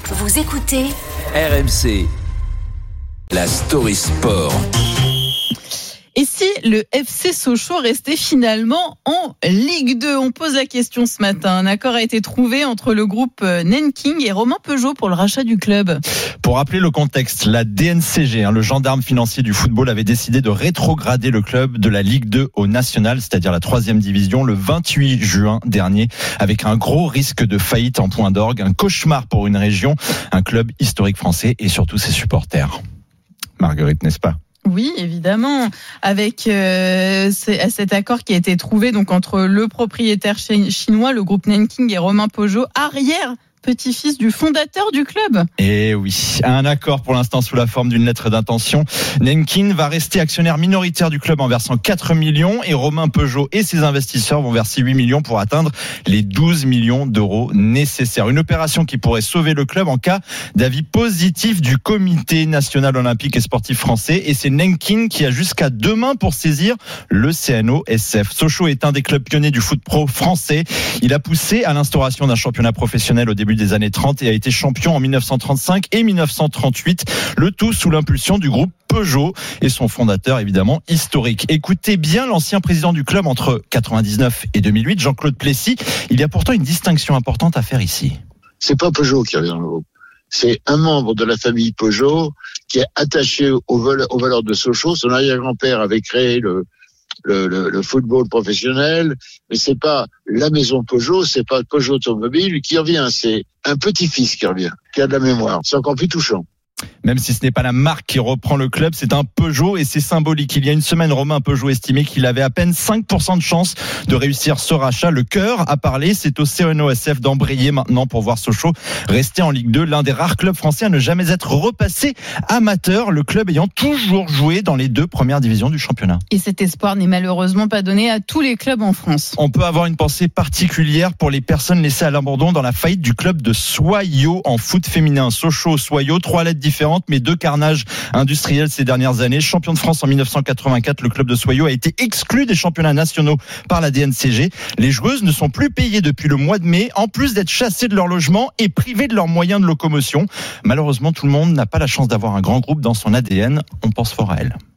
Vous écoutez RMC, la story sport. Et si le FC Sochaux restait finalement en Ligue 2 ? On pose la question ce matin. Un accord a été trouvé entre le groupe Nanking et Romain Peugeot pour le rachat du club. Pour rappeler le contexte, la DNCG, le gendarme financier du football, avait décidé de rétrograder le club de la Ligue 2 au National, c'est-à-dire la 3e division, le 28 juin dernier, avec un gros risque de faillite en point d'orgue, un cauchemar pour une région, un club historique français et surtout ses supporters. Marguerite, n'est-ce pas ? Oui, évidemment, avec cet accord qui a été trouvé donc entre le propriétaire chinois, le groupe Nanking et Romain Peugeot, petit-fils du fondateur du club. Et oui, un accord pour l'instant sous la forme d'une lettre d'intention. Nanking va rester actionnaire minoritaire du club en versant 4 millions et Romain Peugeot et ses investisseurs vont verser 8 millions pour atteindre les 12 millions d'euros nécessaires. Une opération qui pourrait sauver le club en cas d'avis positif du Comité national olympique et sportif français, et c'est Nanking qui a jusqu'à demain pour saisir le CNOSF. Sochaux est un des clubs pionniers du foot pro français. Il a poussé à l'instauration d'un championnat professionnel au début des années 30 et a été champion en 1935 et 1938, le tout sous l'impulsion du groupe Peugeot et son fondateur évidemment historique. Écoutez bien l'ancien président du club entre 99 et 2008, Jean-Claude Plessis. Il y a pourtant une distinction importante à faire ici. C'est pas Peugeot qui revient dans le groupe. C'est un membre de la famille Peugeot qui est attaché aux valeurs de Sochaux. Son arrière-grand-père avait créé le football professionnel, mais c'est pas la maison Peugeot, c'est pas Peugeot Automobile qui revient, c'est un petit-fils qui revient, qui a de la mémoire. C'est encore plus touchant. Même si ce n'est pas la marque qui reprend le club, c'est un Peugeot et c'est symbolique. Il y a une semaine, Romain Peugeot estimait qu'il avait à peine 5% de chance de réussir ce rachat. Le cœur a parlé, c'est au CNOSF d'embrayer maintenant pour voir Sochaux rester en Ligue 2, l'un des rares clubs français à ne jamais être repassé amateur, le club ayant toujours joué dans les 2 premières divisions du championnat. Et cet espoir n'est malheureusement pas donné à tous les clubs en France. On peut avoir une pensée particulière pour les personnes laissées à l'abandon dans la faillite du club de Soyaux en foot féminin. Sochaux, Soyaux, 3 lettres différentes, mais 2 carnages industriels ces dernières années. Champion de France en 1984, le club de Soyaux a été exclu des championnats nationaux par la DNCG. Les joueuses ne sont plus payées depuis le mois de mai, en plus d'être chassées de leur logement et privées de leurs moyens de locomotion. Malheureusement, tout le monde n'a pas la chance d'avoir un grand groupe dans son ADN. On pense fort à elles.